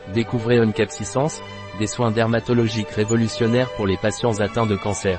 Découvrez OnCap600, des soins dermatologiques révolutionnaires pour les patients atteints de cancer.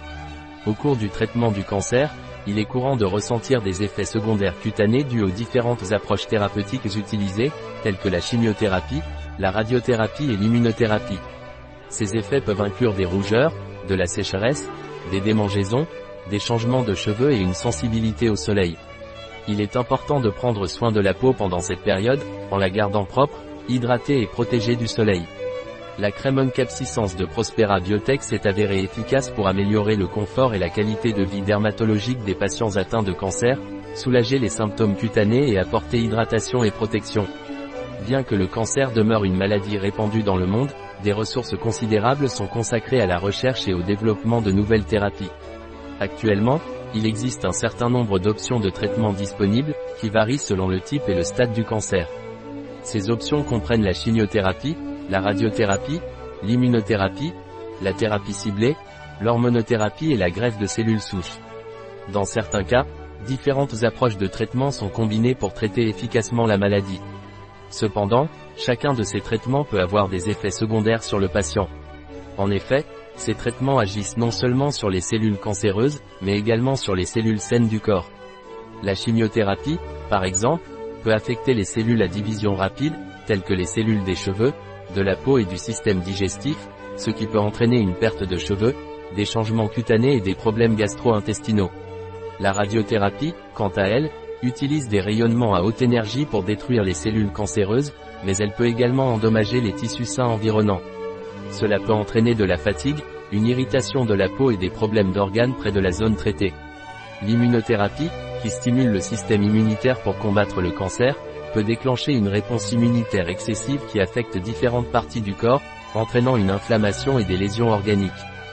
Au cours du traitement du cancer, il est courant de ressentir des effets secondaires cutanés dus aux différentes approches thérapeutiques utilisées, telles que la chimiothérapie, la radiothérapie et l'immunothérapie. Ces effets peuvent inclure des rougeurs, de la sécheresse, des démangeaisons, des changements de cheveux et une sensibilité au soleil. Il est important de prendre soin de la peau pendant cette période, en la gardant propre, hydratée et protégée du soleil. La crème OnCap600 de Prospera Biotech s'est avérée efficace pour améliorer le confort et la qualité de vie dermatologique des patients atteints de cancer, soulager les symptômes cutanés et apporter hydratation et protection. Bien que le cancer demeure une maladie répandue dans le monde, des ressources considérables sont consacrées à la recherche et au développement de nouvelles thérapies. Actuellement, il existe un certain nombre d'options de traitement disponibles, qui varient selon le type et le stade du cancer. Ces options comprennent la chimiothérapie, la radiothérapie, l'immunothérapie, la thérapie ciblée, l'hormonothérapie et la greffe de cellules souches. Dans certains cas, différentes approches de traitement sont combinées pour traiter efficacement la maladie. Cependant, chacun de ces traitements peut avoir des effets secondaires sur le patient. En effet, ces traitements agissent non seulement sur les cellules cancéreuses, mais également sur les cellules saines du corps. La chimiothérapie, par exemple, peut affecter les cellules à division rapide, telles que les cellules des cheveux, de la peau et du système digestif, ce qui peut entraîner une perte de cheveux, des changements cutanés et des problèmes gastro-intestinaux. La radiothérapie, quant à elle, utilise des rayonnements à haute énergie pour détruire les cellules cancéreuses, mais elle peut également endommager les tissus sains environnants. Cela peut entraîner de la fatigue, une irritation de la peau et des problèmes d'organes près de la zone traitée. L'immunothérapie, qui stimule le système immunitaire pour combattre le cancer, peut déclencher une réponse immunitaire excessive qui affecte différentes parties du corps, entraînant une inflammation et des lésions organiques.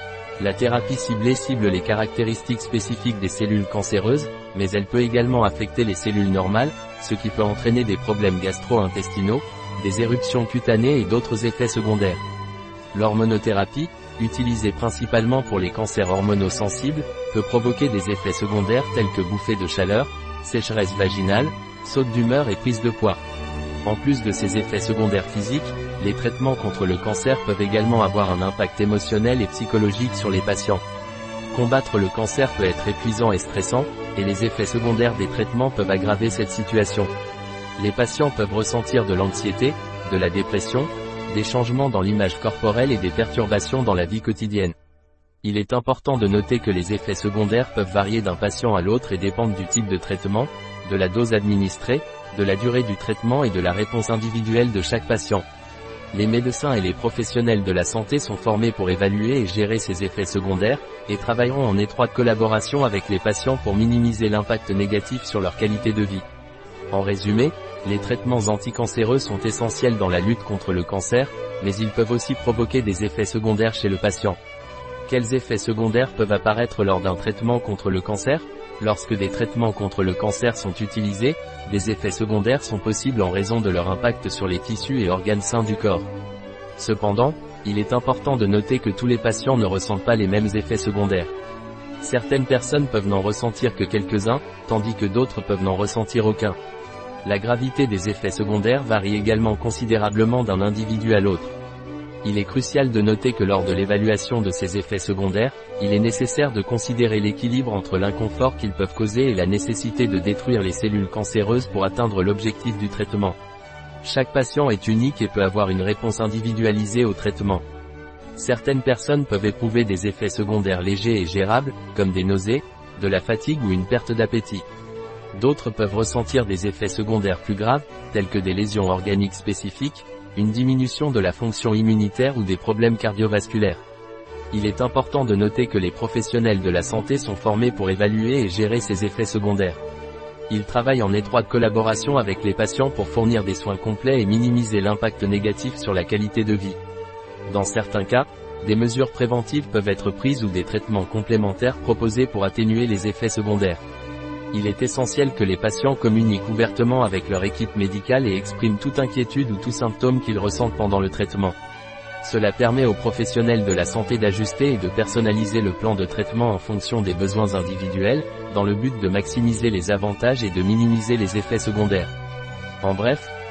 La thérapie ciblée cible les caractéristiques spécifiques des cellules cancéreuses, mais elle peut également affecter les cellules normales, ce qui peut entraîner des problèmes gastro-intestinaux, des éruptions cutanées et d'autres effets secondaires. L'hormonothérapie, utilisée principalement pour les cancers hormonaux sensibles, peut provoquer des effets secondaires tels que bouffées de chaleur, sécheresse vaginale, saute d'humeur et prise de poids. En plus de ces effets secondaires physiques, les traitements contre le cancer peuvent également avoir un impact émotionnel et psychologique sur les patients. Combattre le cancer peut être épuisant et stressant, et les effets secondaires des traitements peuvent aggraver cette situation. Les patients peuvent ressentir de l'anxiété, de la dépression, des changements dans l'image corporelle et des perturbations dans la vie quotidienne. Il est important de noter que les effets secondaires peuvent varier d'un patient à l'autre et dépendent du type de traitement, de la dose administrée, de la durée du traitement et de la réponse individuelle de chaque patient. Les médecins et les professionnels de la santé sont formés pour évaluer et gérer ces effets secondaires, et travailleront en étroite collaboration avec les patients pour minimiser l'impact négatif sur leur qualité de vie. En résumé, les traitements anticancéreux sont essentiels dans la lutte contre le cancer, mais ils peuvent aussi provoquer des effets secondaires chez le patient. Quels effets secondaires peuvent apparaître lors d'un traitement contre le cancer ? Lorsque des traitements contre le cancer sont utilisés, des effets secondaires sont possibles en raison de leur impact sur les tissus et organes sains du corps. Cependant, il est important de noter que tous les patients ne ressentent pas les mêmes effets secondaires. Certaines personnes peuvent n'en ressentir que quelques-uns, tandis que d'autres peuvent n'en ressentir aucun. La gravité des effets secondaires varie également considérablement d'un individu à l'autre. Il est crucial de noter que lors de l'évaluation de ces effets secondaires, il est nécessaire de considérer l'équilibre entre l'inconfort qu'ils peuvent causer et la nécessité de détruire les cellules cancéreuses pour atteindre l'objectif du traitement. Chaque patient est unique et peut avoir une réponse individualisée au traitement. Certaines personnes peuvent éprouver des effets secondaires légers et gérables, comme des nausées, de la fatigue ou une perte d'appétit. D'autres peuvent ressentir des effets secondaires plus graves, tels que des lésions organiques spécifiques, une diminution de la fonction immunitaire ou des problèmes cardiovasculaires. Il est important de noter que les professionnels de la santé sont formés pour évaluer et gérer ces effets secondaires. Ils travaillent en étroite collaboration avec les patients pour fournir des soins complets et minimiser l'impact négatif sur la qualité de vie. Dans certains cas, des mesures préventives peuvent être prises ou des traitements complémentaires proposés pour atténuer les effets secondaires. Il est essentiel que les patients communiquent ouvertement avec leur équipe médicale et expriment toute inquiétude ou tout symptôme qu'ils ressentent pendant le traitement. Cela permet aux professionnels de la santé d'ajuster et de personnaliser le plan de traitement en fonction des besoins individuels, dans le but de maximiser les avantages et de minimiser les effets secondaires. En bref,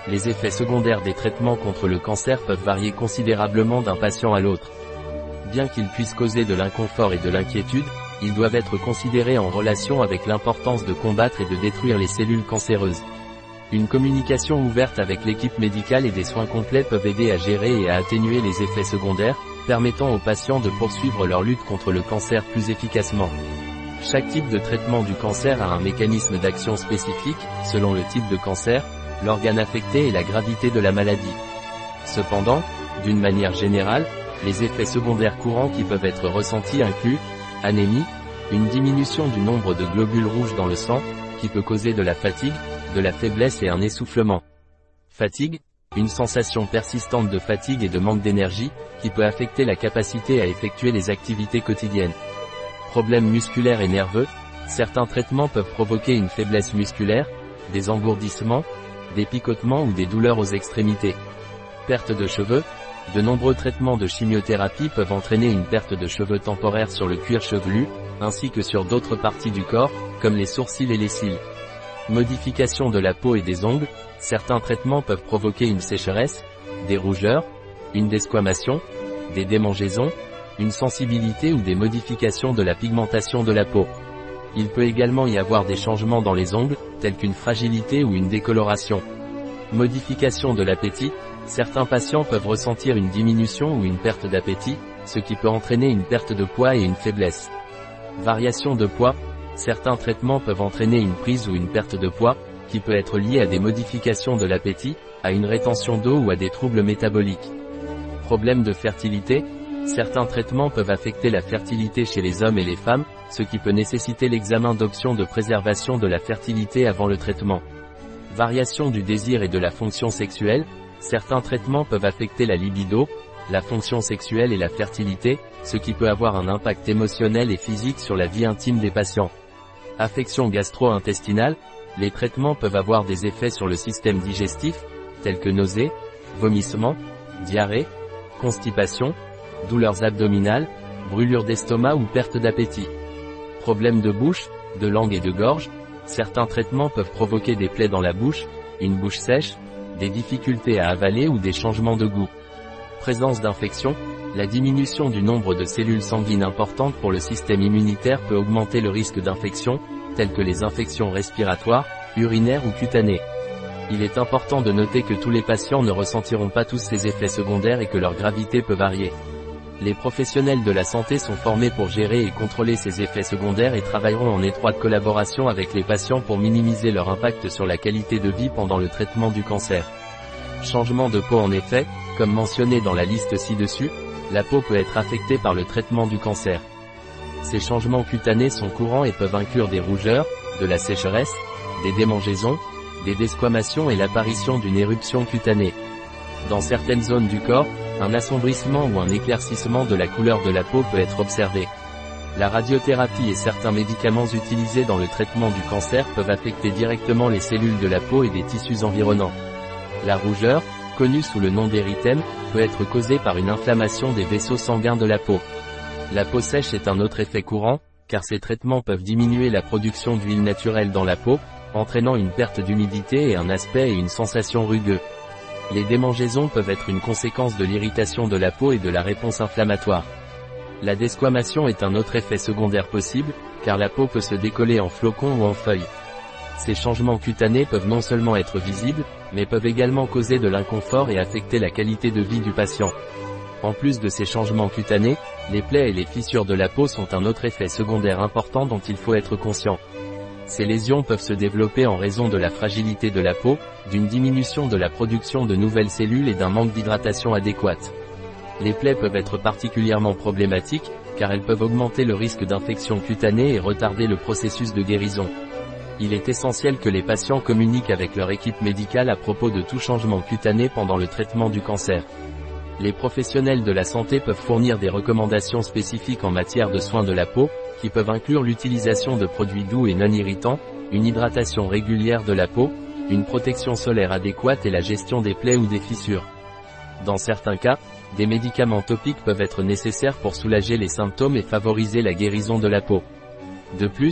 Les effets secondaires des traitements contre le cancer peuvent varier considérablement d'un patient à l'autre. Bien qu'ils puissent causer de l'inconfort et de l'inquiétude, ils doivent être considérés en relation avec l'importance de combattre et de détruire les cellules cancéreuses. Une communication ouverte avec l'équipe médicale et des soins complets peuvent aider à gérer et à atténuer les effets secondaires, permettant aux patients de poursuivre leur lutte contre le cancer plus efficacement. Chaque type de traitement du cancer a un mécanisme d'action spécifique, selon le type de cancer, l'organe affecté et la gravité de la maladie. Cependant, d'une manière générale, les effets secondaires courants qui peuvent être ressentis incluent anémie, une diminution du nombre de globules rouges dans le sang, qui peut causer de la fatigue, de la faiblesse et un essoufflement. Fatigue, une sensation persistante de fatigue et de manque d'énergie, qui peut affecter la capacité à effectuer les activités quotidiennes. Problèmes musculaires et nerveux, certains traitements peuvent provoquer une faiblesse musculaire, des engourdissements, des picotements ou des douleurs aux extrémités. Perte de cheveux, de nombreux traitements de chimiothérapie peuvent entraîner une perte de cheveux temporaire sur le cuir chevelu, ainsi que sur d'autres parties du corps, comme les sourcils et les cils. Modification de la peau et des ongles, certains traitements peuvent provoquer une sécheresse, des rougeurs, une desquamation, des démangeaisons, une sensibilité ou des modifications de la pigmentation de la peau. Il peut également y avoir des changements dans les ongles, tels qu'une fragilité ou une décoloration. Modification de l'appétit, certains patients peuvent ressentir une diminution ou une perte d'appétit, ce qui peut entraîner une perte de poids et une faiblesse. Variation de poids, certains traitements peuvent entraîner une prise ou une perte de poids, qui peut être liée à des modifications de l'appétit, à une rétention d'eau ou à des troubles métaboliques. Problème de fertilité, certains traitements peuvent affecter la fertilité chez les hommes et les femmes, ce qui peut nécessiter l'examen d'options de préservation de la fertilité avant le traitement. Variation du désir et de la fonction sexuelle, certains traitements peuvent affecter la libido, la fonction sexuelle et la fertilité, ce qui peut avoir un impact émotionnel et physique sur la vie intime des patients. Affection gastro-intestinale, les traitements peuvent avoir des effets sur le système digestif, tels que nausées, vomissements, diarrhée, constipation, douleurs abdominales, brûlures d'estomac ou perte d'appétit. Problèmes de bouche, de langue et de gorge, certains traitements peuvent provoquer des plaies dans la bouche, une bouche sèche, des difficultés à avaler ou des changements de goût. Présence d'infections, la diminution du nombre de cellules sanguines importantes pour le système immunitaire peut augmenter le risque d'infections, telles que les infections respiratoires, urinaires ou cutanées. Il est important de noter que tous les patients ne ressentiront pas tous ces effets secondaires et que leur gravité peut varier. Les professionnels de la santé sont formés pour gérer et contrôler ces effets secondaires et travailleront en étroite collaboration avec les patients pour minimiser leur impact sur la qualité de vie pendant le traitement du cancer. Changement de peau en effet, comme mentionné dans la liste ci-dessus, la peau peut être affectée par le traitement du cancer. Ces changements cutanés sont courants et peuvent inclure des rougeurs, de la sécheresse, des démangeaisons, des desquamations et l'apparition d'une éruption cutanée. Dans certaines zones du corps, un assombrissement ou un éclaircissement de la couleur de la peau peut être observé. La radiothérapie et certains médicaments utilisés dans le traitement du cancer peuvent affecter directement les cellules de la peau et des tissus environnants. La rougeur, connue sous le nom d'érythème, peut être causée par une inflammation des vaisseaux sanguins de la peau. La peau sèche est un autre effet courant, car ces traitements peuvent diminuer la production d'huile naturelle dans la peau, entraînant une perte d'humidité et un aspect et une sensation rugueux. Les démangeaisons peuvent être une conséquence de l'irritation de la peau et de la réponse inflammatoire. La desquamation est un autre effet secondaire possible, car la peau peut se décoller en flocons ou en feuilles. Ces changements cutanés peuvent non seulement être visibles, mais peuvent également causer de l'inconfort et affecter la qualité de vie du patient. En plus de ces changements cutanés, les plaies et les fissures de la peau sont un autre effet secondaire important dont il faut être conscient. Ces lésions peuvent se développer en raison de la fragilité de la peau, d'une diminution de la production de nouvelles cellules et d'un manque d'hydratation adéquate. Les plaies peuvent être particulièrement problématiques, car elles peuvent augmenter le risque d'infection cutanée et retarder le processus de guérison. Il est essentiel que les patients communiquent avec leur équipe médicale à propos de tout changement cutané pendant le traitement du cancer. Les professionnels de la santé peuvent fournir des recommandations spécifiques en matière de soins de la peau, qui peuvent inclure l'utilisation de produits doux et non irritants, une hydratation régulière de la peau, une protection solaire adéquate et la gestion des plaies ou des fissures. Dans certains cas, des médicaments topiques peuvent être nécessaires pour soulager les symptômes et favoriser la guérison de la peau. De plus,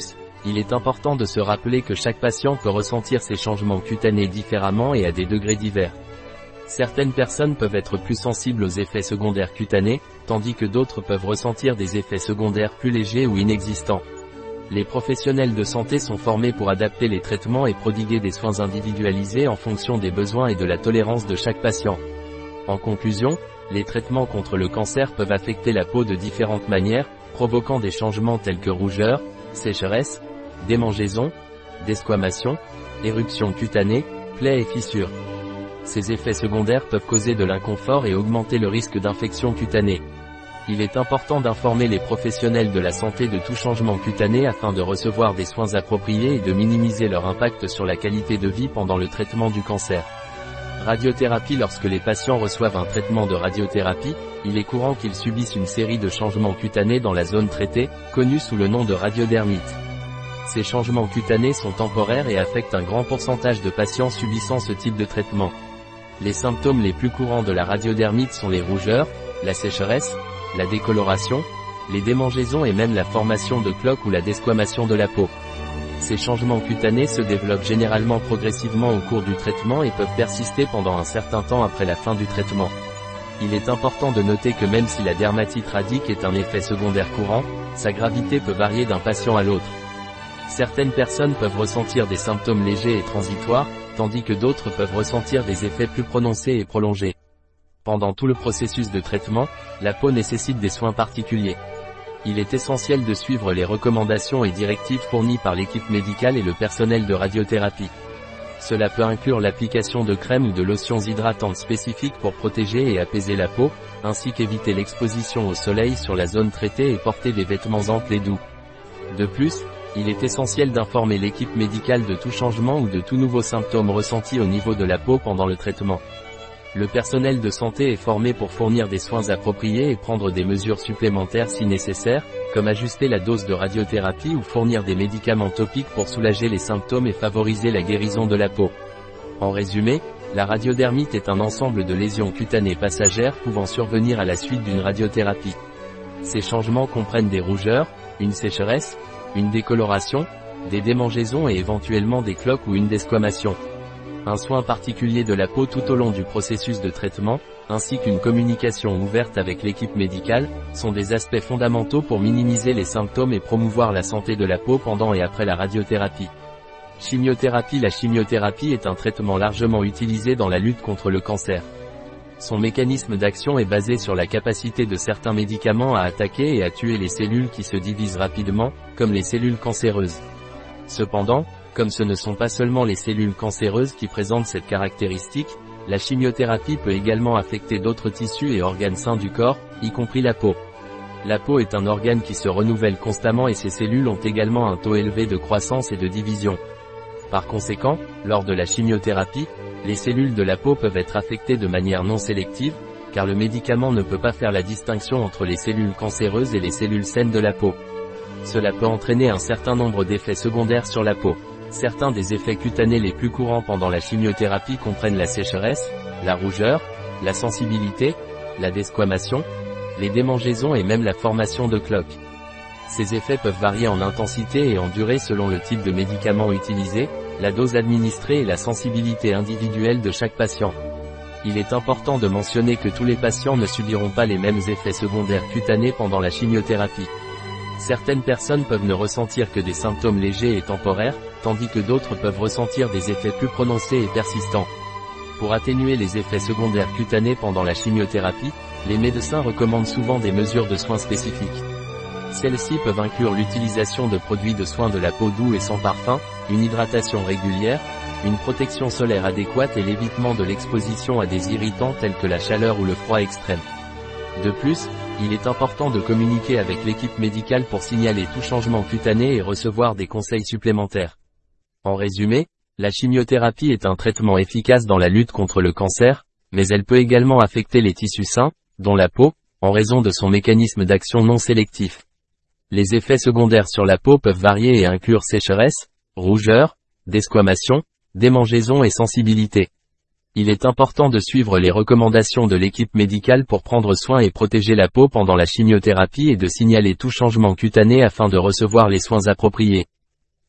Il est important de se rappeler que chaque patient peut ressentir ces changements cutanés différemment et à des degrés divers. Certaines personnes peuvent être plus sensibles aux effets secondaires cutanés, tandis que d'autres peuvent ressentir des effets secondaires plus légers ou inexistants. Les professionnels de santé sont formés pour adapter les traitements et prodiguer des soins individualisés en fonction des besoins et de la tolérance de chaque patient. En conclusion, les traitements contre le cancer peuvent affecter la peau de différentes manières, provoquant des changements tels que rougeur, sécheresse, démangeaison, desquamation, éruption cutanée, plaies et fissures. Ces effets secondaires peuvent causer de l'inconfort et augmenter le risque d'infection cutanée. Il est important d'informer les professionnels de la santé de tout changement cutané afin de recevoir des soins appropriés et de minimiser leur impact sur la qualité de vie pendant le traitement du cancer. Radiothérapie. Lorsque les patients reçoivent un traitement de radiothérapie, il est courant qu'ils subissent une série de changements cutanés dans la zone traitée, connue sous le nom de radiodermite. Ces changements cutanés sont temporaires et affectent un grand pourcentage de patients subissant ce type de traitement. Les symptômes les plus courants de la radiodermite sont les rougeurs, la sécheresse, la décoloration, les démangeaisons et même la formation de cloques ou la desquamation de la peau. Ces changements cutanés se développent généralement progressivement au cours du traitement et peuvent persister pendant un certain temps après la fin du traitement. Il est important de noter que même si la dermatite radique est un effet secondaire courant, sa gravité peut varier d'un patient à l'autre. Certaines personnes peuvent ressentir des symptômes légers et transitoires, tandis que d'autres peuvent ressentir des effets plus prononcés et prolongés. Pendant tout le processus de traitement, la peau nécessite des soins particuliers. Il est essentiel de suivre les recommandations et directives fournies par l'équipe médicale et le personnel de radiothérapie. Cela peut inclure l'application de crèmes ou de lotions hydratantes spécifiques pour protéger et apaiser la peau, ainsi qu'éviter l'exposition au soleil sur la zone traitée et porter des vêtements amples et doux. De plus, il est essentiel d'informer l'équipe médicale de tout changement ou de tout nouveau symptôme ressenti au niveau de la peau pendant le traitement. Le personnel de santé est formé pour fournir des soins appropriés et prendre des mesures supplémentaires si nécessaire, comme ajuster la dose de radiothérapie ou fournir des médicaments topiques pour soulager les symptômes et favoriser la guérison de la peau. En résumé, la radiodermite est un ensemble de lésions cutanées passagères pouvant survenir à la suite d'une radiothérapie. Ces changements comprennent des rougeurs, une sécheresse, une décoloration, des démangeaisons et éventuellement des cloques ou une desquamation. Un soin particulier de la peau tout au long du processus de traitement, ainsi qu'une communication ouverte avec l'équipe médicale, sont des aspects fondamentaux pour minimiser les symptômes et promouvoir la santé de la peau pendant et après la radiothérapie. Chimiothérapie. La chimiothérapie est un traitement largement utilisé dans la lutte contre le cancer. Son mécanisme d'action est basé sur la capacité de certains médicaments à attaquer et à tuer les cellules qui se divisent rapidement, comme les cellules cancéreuses. Cependant, comme ce ne sont pas seulement les cellules cancéreuses qui présentent cette caractéristique, la chimiothérapie peut également affecter d'autres tissus et organes sains du corps, y compris la peau. La peau est un organe qui se renouvelle constamment et ses cellules ont également un taux élevé de croissance et de division. Par conséquent, lors de la chimiothérapie, les cellules de la peau peuvent être affectées de manière non sélective, car le médicament ne peut pas faire la distinction entre les cellules cancéreuses et les cellules saines de la peau. Cela peut entraîner un certain nombre d'effets secondaires sur la peau. Certains des effets cutanés les plus courants pendant la chimiothérapie comprennent la sécheresse, la rougeur, la sensibilité, la desquamation, les démangeaisons et même la formation de cloques. Ces effets peuvent varier en intensité et en durée selon le type de médicament utilisé, la dose administrée et la sensibilité individuelle de chaque patient. Il est important de mentionner que tous les patients ne subiront pas les mêmes effets secondaires cutanés pendant la chimiothérapie. Certaines personnes peuvent ne ressentir que des symptômes légers et temporaires, tandis que d'autres peuvent ressentir des effets plus prononcés et persistants. Pour atténuer les effets secondaires cutanés pendant la chimiothérapie, les médecins recommandent souvent des mesures de soins spécifiques. Celles-ci peuvent inclure l'utilisation de produits de soins de la peau doux et sans parfum, une hydratation régulière, une protection solaire adéquate et l'évitement de l'exposition à des irritants tels que la chaleur ou le froid extrême. De plus, il est important de communiquer avec l'équipe médicale pour signaler tout changement cutané et recevoir des conseils supplémentaires. En résumé, la chimiothérapie est un traitement efficace dans la lutte contre le cancer, mais elle peut également affecter les tissus sains, dont la peau, en raison de son mécanisme d'action non sélectif. Les effets secondaires sur la peau peuvent varier et inclure sécheresse, rougeur, desquamation, démangeaison et sensibilité. Il est important de suivre les recommandations de l'équipe médicale pour prendre soin et protéger la peau pendant la chimiothérapie et de signaler tout changement cutané afin de recevoir les soins appropriés.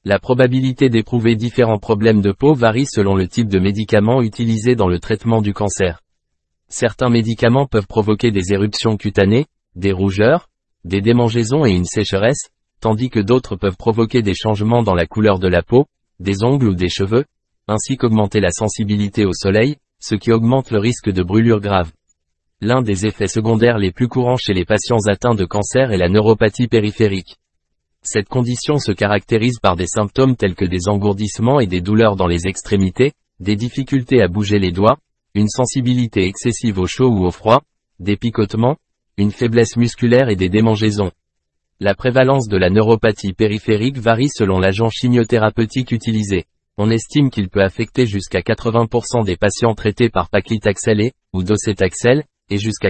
La probabilité d'éprouver différents problèmes de peau varie selon le type de médicament utilisé dans le traitement du cancer. Certains médicaments peuvent provoquer des éruptions cutanées, des rougeurs, des démangeaisons et une sécheresse, tandis que d'autres peuvent provoquer des changements dans la couleur de la peau, des ongles ou des cheveux, ainsi qu'augmenter la sensibilité au soleil, ce qui augmente le risque de brûlure grave. L'un des effets secondaires les plus courants chez les patients atteints de cancer est la neuropathie périphérique. Cette condition se caractérise par des symptômes tels que des engourdissements et des douleurs dans les extrémités, des difficultés à bouger les doigts, une sensibilité excessive au chaud ou au froid, des picotements, une faiblesse musculaire et des démangeaisons. La prévalence de la neuropathie périphérique varie selon l'agent chimiothérapeutique utilisé. On estime qu'il peut affecter jusqu'à 80% des patients traités par paclitaxel ou docétaxel, et jusqu'à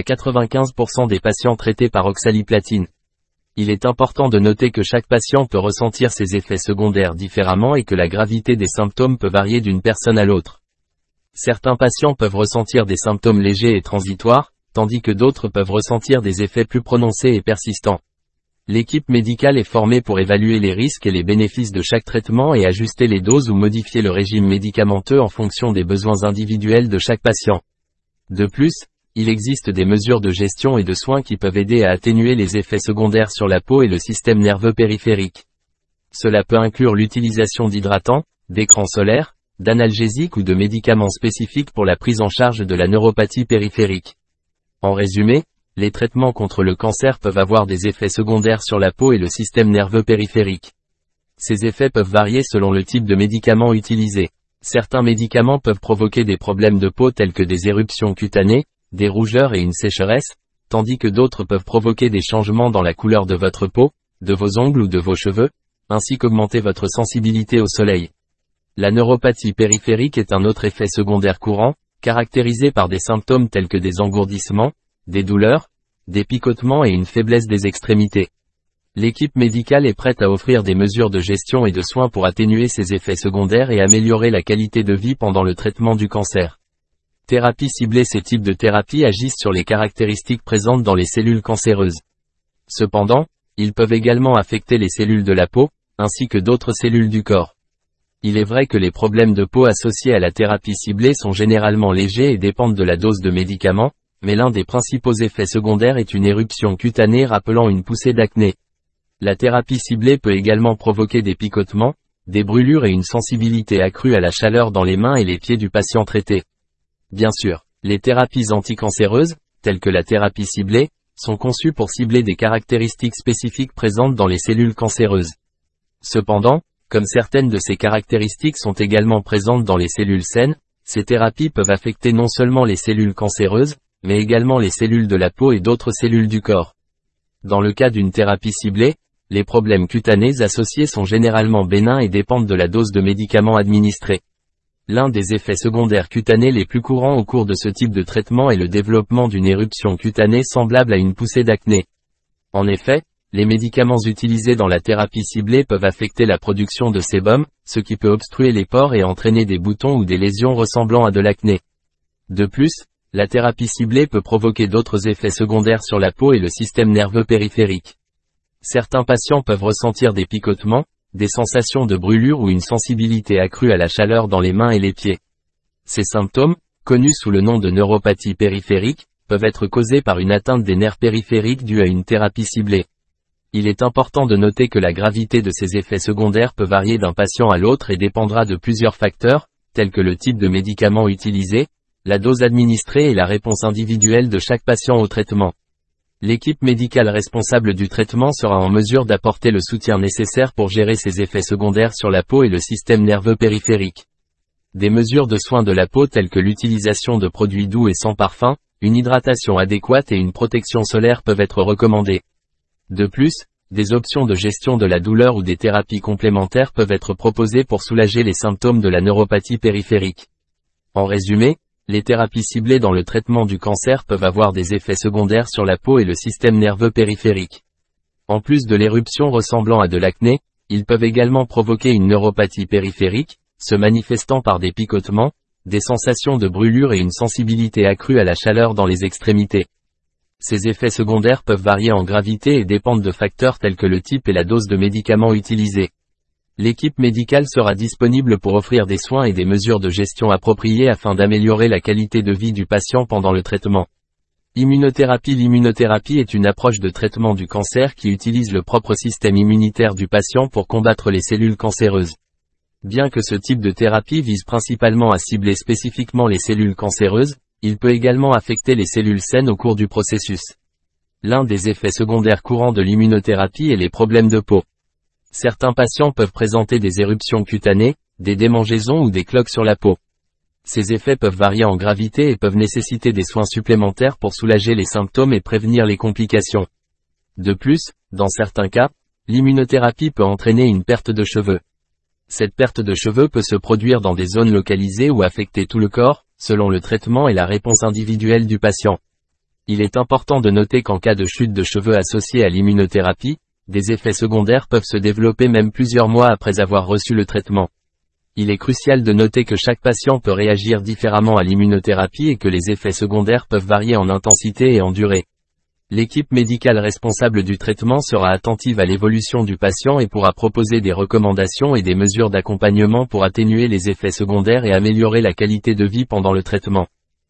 95% des patients traités par oxaliplatine. Il est important de noter que chaque patient peut ressentir ses effets secondaires différemment et que la gravité des symptômes peut varier d'une personne à l'autre. Certains patients peuvent ressentir des symptômes légers et transitoires, tandis que d'autres peuvent ressentir des effets plus prononcés et persistants. L'équipe médicale est formée pour évaluer les risques et les bénéfices de chaque traitement et ajuster les doses ou modifier le régime médicamenteux en fonction des besoins individuels de chaque patient. De plus, il existe des mesures de gestion et de soins qui peuvent aider à atténuer les effets secondaires sur la peau et le système nerveux périphérique. Cela peut inclure l'utilisation d'hydratants, d'écrans solaires, d'analgésiques ou de médicaments spécifiques pour la prise en charge de la neuropathie périphérique. En résumé, les traitements contre le cancer peuvent avoir des effets secondaires sur la peau et le système nerveux périphérique. Ces effets peuvent varier selon le type de médicament utilisé. Certains médicaments peuvent provoquer des problèmes de peau tels que des éruptions cutanées, des rougeurs et une sécheresse, tandis que d'autres peuvent provoquer des changements dans la couleur de votre peau, de vos ongles ou de vos cheveux, ainsi qu'augmenter votre sensibilité au soleil. La neuropathie périphérique est un autre effet secondaire courant, caractérisé par des symptômes tels que des engourdissements, des douleurs, des picotements et une faiblesse des extrémités. L'équipe médicale est prête à offrir des mesures de gestion et de soins pour atténuer ces effets secondaires et améliorer la qualité de vie pendant le traitement du cancer. Thérapie ciblée. Ces types de thérapies agissent sur les caractéristiques présentes dans les cellules cancéreuses. Cependant, ils peuvent également affecter les cellules de la peau, ainsi que d'autres cellules du corps. Il est vrai que les problèmes de peau associés à la thérapie ciblée sont généralement légers et dépendent de la dose de médicaments, mais l'un des principaux effets secondaires est une éruption cutanée rappelant une poussée d'acné. La thérapie ciblée peut également provoquer des picotements, des brûlures et une sensibilité accrue à la chaleur dans les mains et les pieds du patient traité. Bien sûr, les thérapies anticancéreuses, telles que la thérapie ciblée, sont conçues pour cibler des caractéristiques spécifiques présentes dans les cellules cancéreuses. Cependant, comme certaines de ces caractéristiques sont également présentes dans les cellules saines, ces thérapies peuvent affecter non seulement les cellules cancéreuses, mais également les cellules de la peau et d'autres cellules du corps. Dans le cas d'une thérapie ciblée, les problèmes cutanés associés sont généralement bénins et dépendent de la dose de médicaments administrés. L'un des effets secondaires cutanés les plus courants au cours de ce type de traitement est le développement d'une éruption cutanée semblable à une poussée d'acné. En effet, les médicaments utilisés dans la thérapie ciblée peuvent affecter la production de sébum, ce qui peut obstruer les pores et entraîner des boutons ou des lésions ressemblant à de l'acné. De plus, la thérapie ciblée peut provoquer d'autres effets secondaires sur la peau et le système nerveux périphérique. Certains patients peuvent ressentir des picotements, des sensations de brûlure ou une sensibilité accrue à la chaleur dans les mains et les pieds. Ces symptômes, connus sous le nom de neuropathie périphérique, peuvent être causés par une atteinte des nerfs périphériques due à une thérapie ciblée. Il est important de noter que la gravité de ces effets secondaires peut varier d'un patient à l'autre et dépendra de plusieurs facteurs, tels que le type de médicament utilisé, la dose administrée et la réponse individuelle de chaque patient au traitement. L'équipe médicale responsable du traitement sera en mesure d'apporter le soutien nécessaire pour gérer ces effets secondaires sur la peau et le système nerveux périphérique. Des mesures de soins de la peau telles que l'utilisation de produits doux et sans parfum, une hydratation adéquate et une protection solaire peuvent être recommandées. De plus, des options de gestion de la douleur ou des thérapies complémentaires peuvent être proposées pour soulager les symptômes de la neuropathie périphérique. En résumé, les thérapies ciblées dans le traitement du cancer peuvent avoir des effets secondaires sur la peau et le système nerveux périphérique. En plus de l'éruption ressemblant à de l'acné, ils peuvent également provoquer une neuropathie périphérique, se manifestant par des picotements, des sensations de brûlure et une sensibilité accrue à la chaleur dans les extrémités. Ces effets secondaires peuvent varier en gravité et dépendent de facteurs tels que le type et la dose de médicaments utilisés. L'équipe médicale sera disponible pour offrir des soins et des mesures de gestion appropriées afin d'améliorer la qualité de vie du patient pendant le traitement. Immunothérapie. L'immunothérapie est une approche de traitement du cancer qui utilise le propre système immunitaire du patient pour combattre les cellules cancéreuses. Bien que ce type de thérapie vise principalement à cibler spécifiquement les cellules cancéreuses, il peut également affecter les cellules saines au cours du processus. L'un des effets secondaires courants de l'immunothérapie est les problèmes de peau. Certains patients peuvent présenter des éruptions cutanées, des démangeaisons ou des cloques sur la peau. Ces effets peuvent varier en gravité et peuvent nécessiter des soins supplémentaires pour soulager les symptômes et prévenir les complications. De plus, dans certains cas, l'immunothérapie peut entraîner une perte de cheveux. Cette perte de cheveux peut se produire dans des zones localisées ou affecter tout le corps, selon le traitement et la réponse individuelle du patient. Il est important de noter qu'en cas de chute de cheveux associée à l'immunothérapie, des effets secondaires peuvent se développer même plusieurs mois après avoir reçu le traitement. Il est crucial de noter que chaque patient peut réagir différemment à l'immunothérapie et que les effets secondaires peuvent varier en intensité et en durée. L'équipe médicale responsable du traitement sera attentive à l'évolution du patient et pourra proposer des recommandations et des mesures d'accompagnement pour atténuer les effets secondaires et améliorer la qualité de vie pendant le traitement.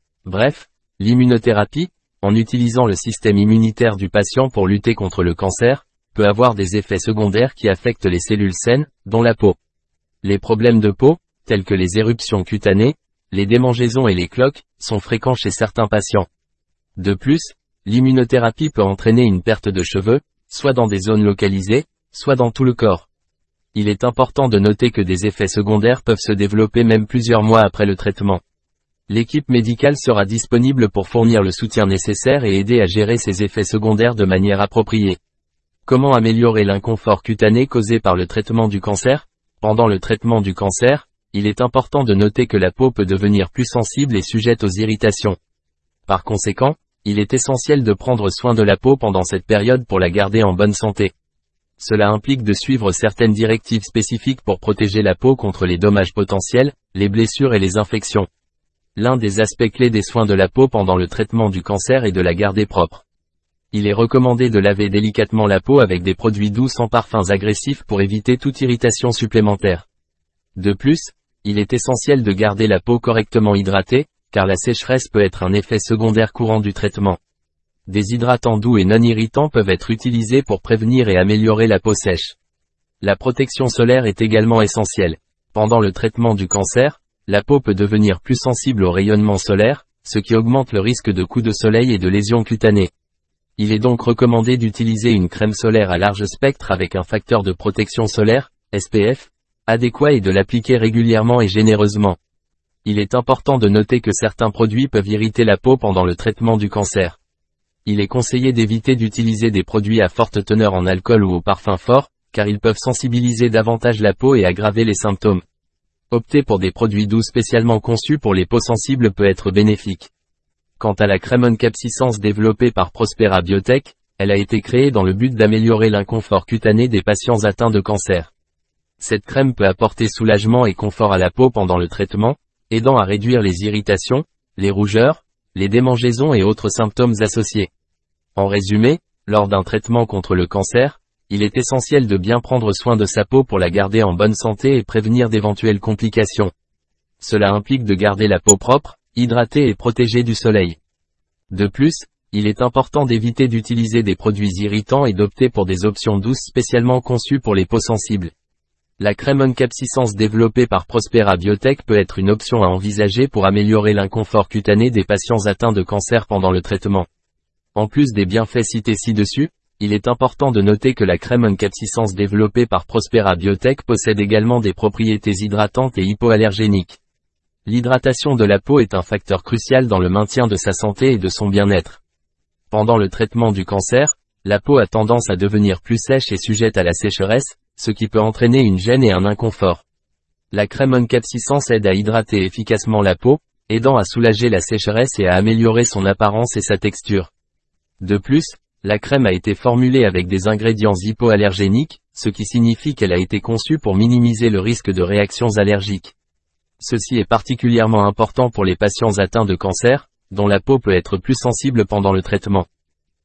Bref, l'immunothérapie, en utilisant le système immunitaire du patient pour lutter contre le cancer, peut avoir des effets secondaires qui affectent les cellules saines, dont la peau. Les problèmes de peau, tels que les éruptions cutanées, les démangeaisons et les cloques, sont fréquents chez certains patients. De plus, l'immunothérapie peut entraîner une perte de cheveux, soit dans des zones localisées, soit dans tout le corps. Il est important de noter que des effets secondaires peuvent se développer même plusieurs mois après le traitement. L'équipe médicale sera disponible pour fournir le soutien nécessaire et aider à gérer ces effets secondaires de manière appropriée. Comment améliorer l'inconfort cutané causé par le traitement du cancer? Pendant le traitement du cancer, il est important de noter que la peau peut devenir plus sensible et sujette aux irritations. Par conséquent, il est essentiel de prendre soin de la peau pendant cette période pour la garder en bonne santé. Cela implique de suivre certaines directives spécifiques pour protéger la peau contre les dommages potentiels, les blessures et les infections. L'un des aspects clés des soins de la peau pendant le traitement du cancer est de la garder propre. Il est recommandé de laver délicatement la peau avec des produits doux sans parfums agressifs pour éviter toute irritation supplémentaire. De plus, il est essentiel de garder la peau correctement hydratée, car la sécheresse peut être un effet secondaire courant du traitement. Des hydratants doux et non irritants peuvent être utilisés pour prévenir et améliorer la peau sèche. La protection solaire est également essentielle. Pendant le traitement du cancer, la peau peut devenir plus sensible au rayonnement solaire, ce qui augmente le risque de coups de soleil et de lésions cutanées. Il est donc recommandé d'utiliser une crème solaire à large spectre avec un facteur de protection solaire, SPF, adéquat et de l'appliquer régulièrement et généreusement. Il est important de noter que certains produits peuvent irriter la peau pendant le traitement du cancer. Il est conseillé d'éviter d'utiliser des produits à forte teneur en alcool ou au parfum fort, car ils peuvent sensibiliser davantage la peau et aggraver les symptômes. Opter pour des produits doux spécialement conçus pour les peaux sensibles peut être bénéfique. Quant à la crème encapsissance développée par Prospera Biotech, elle a été créée dans le but d'améliorer l'inconfort cutané des patients atteints de cancer. Cette crème peut apporter soulagement et confort à la peau pendant le traitement, aidant à réduire les irritations, les rougeurs, les démangeaisons et autres symptômes associés. En résumé, lors d'un traitement contre le cancer, il est essentiel de bien prendre soin de sa peau pour la garder en bonne santé et prévenir d'éventuelles complications. Cela implique de garder la peau propre, hydratée et protégée du soleil. De plus, il est important d'éviter d'utiliser des produits irritants et d'opter pour des options douces spécialement conçues pour les peaux sensibles. La crème encapsissance développée par Prospera Biotech peut être une option à envisager pour améliorer l'inconfort cutané des patients atteints de cancer pendant le traitement. En plus des bienfaits cités ci-dessus, il est important de noter que la crème encapsissance développée par Prospera Biotech possède également des propriétés hydratantes et hypoallergéniques. L'hydratation de la peau est un facteur crucial dans le maintien de sa santé et de son bien-être. Pendant le traitement du cancer, la peau a tendance à devenir plus sèche et sujette à la sécheresse, ce qui peut entraîner une gêne et un inconfort. La crème encapsissance aide à hydrater efficacement la peau, aidant à soulager la sécheresse et à améliorer son apparence et sa texture. De plus, la crème a été formulée avec des ingrédients hypoallergéniques, ce qui signifie qu'elle a été conçue pour minimiser le risque de réactions allergiques. Ceci est particulièrement important pour les patients atteints de cancer, dont la peau peut être plus sensible pendant le traitement.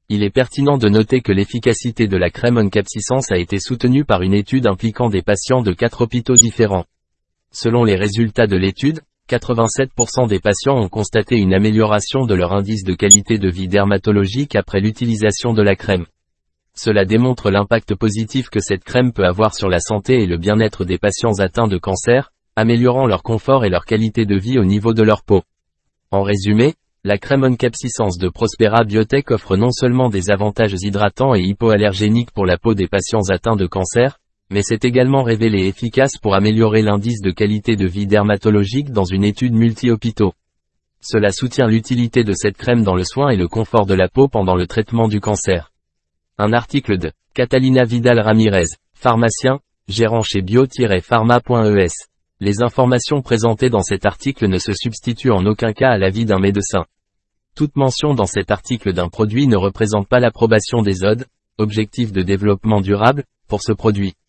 Il est pertinent de noter que l'efficacité de la crème encapsissance a été soutenue par une étude impliquant des patients de 4 hôpitaux différents. Selon les résultats de l'étude, 87% des patients ont constaté une amélioration de leur indice de qualité de vie dermatologique après l'utilisation de la crème. Cela démontre l'impact positif que cette crème peut avoir sur la santé et le bien-être des patients atteints de cancer, améliorant leur confort et leur qualité de vie au niveau de leur peau. En résumé, la crème encapsissance de Prospera Biotech offre non seulement des avantages hydratants et hypoallergéniques pour la peau des patients atteints de cancer, mais s'est également révélée efficace pour améliorer l'indice de qualité de vie dermatologique dans une étude multi-hôpitaux. Cela soutient l'utilité de cette crème dans le soin et le confort de la peau pendant le traitement du cancer. Un article de Catalina Vidal Ramirez, pharmacien, gérant chez bio-pharma.es. Les informations présentées dans cet article ne se substituent en aucun cas à l'avis d'un médecin. Toute mention dans cet article d'un produit ne représente pas l'approbation des ODD, Objectifs de développement durable, pour ce produit.